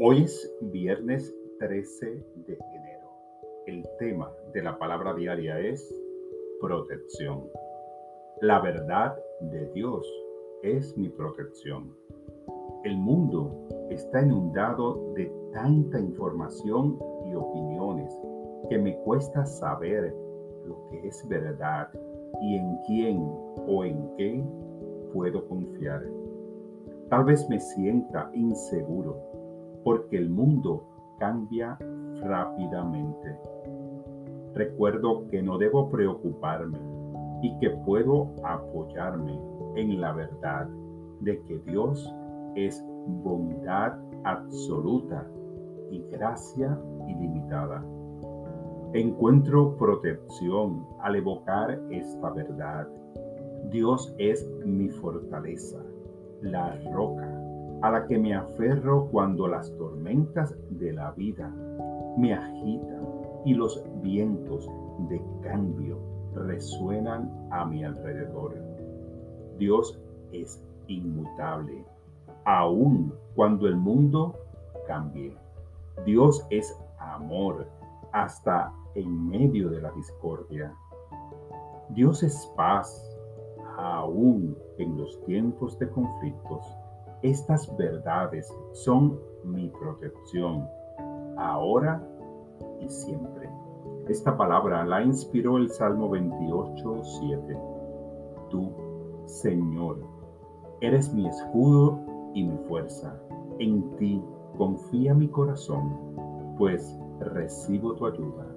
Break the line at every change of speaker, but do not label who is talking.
Hoy es viernes 13 de enero. El tema de la palabra diaria es protección. La verdad de Dios es mi protección. El mundo está inundado de tanta información y opiniones que me cuesta saber lo que es verdad y en quién o en qué puedo confiar. Tal vez me sienta inseguro porque el mundo cambia rápidamente. Recuerdo que no debo preocuparme y que puedo apoyarme en la verdad de que Dios es bondad absoluta y gracia ilimitada. Encuentro protección al evocar esta verdad. Dios es mi fortaleza, la roca a la que me aferro cuando las tormentas de la vida me agitan y los vientos de cambio resuenan a mi alrededor. Dios es inmutable, aun cuando el mundo cambie. Dios es amor hasta en medio de la discordia. Dios es paz, aún en los tiempos de conflictos. Estas verdades son mi protección, ahora y siempre. Esta palabra la inspiró el Salmo 28:7. Tú, Señor, eres mi escudo y mi fuerza. En ti confía mi corazón, pues recibo tu ayuda.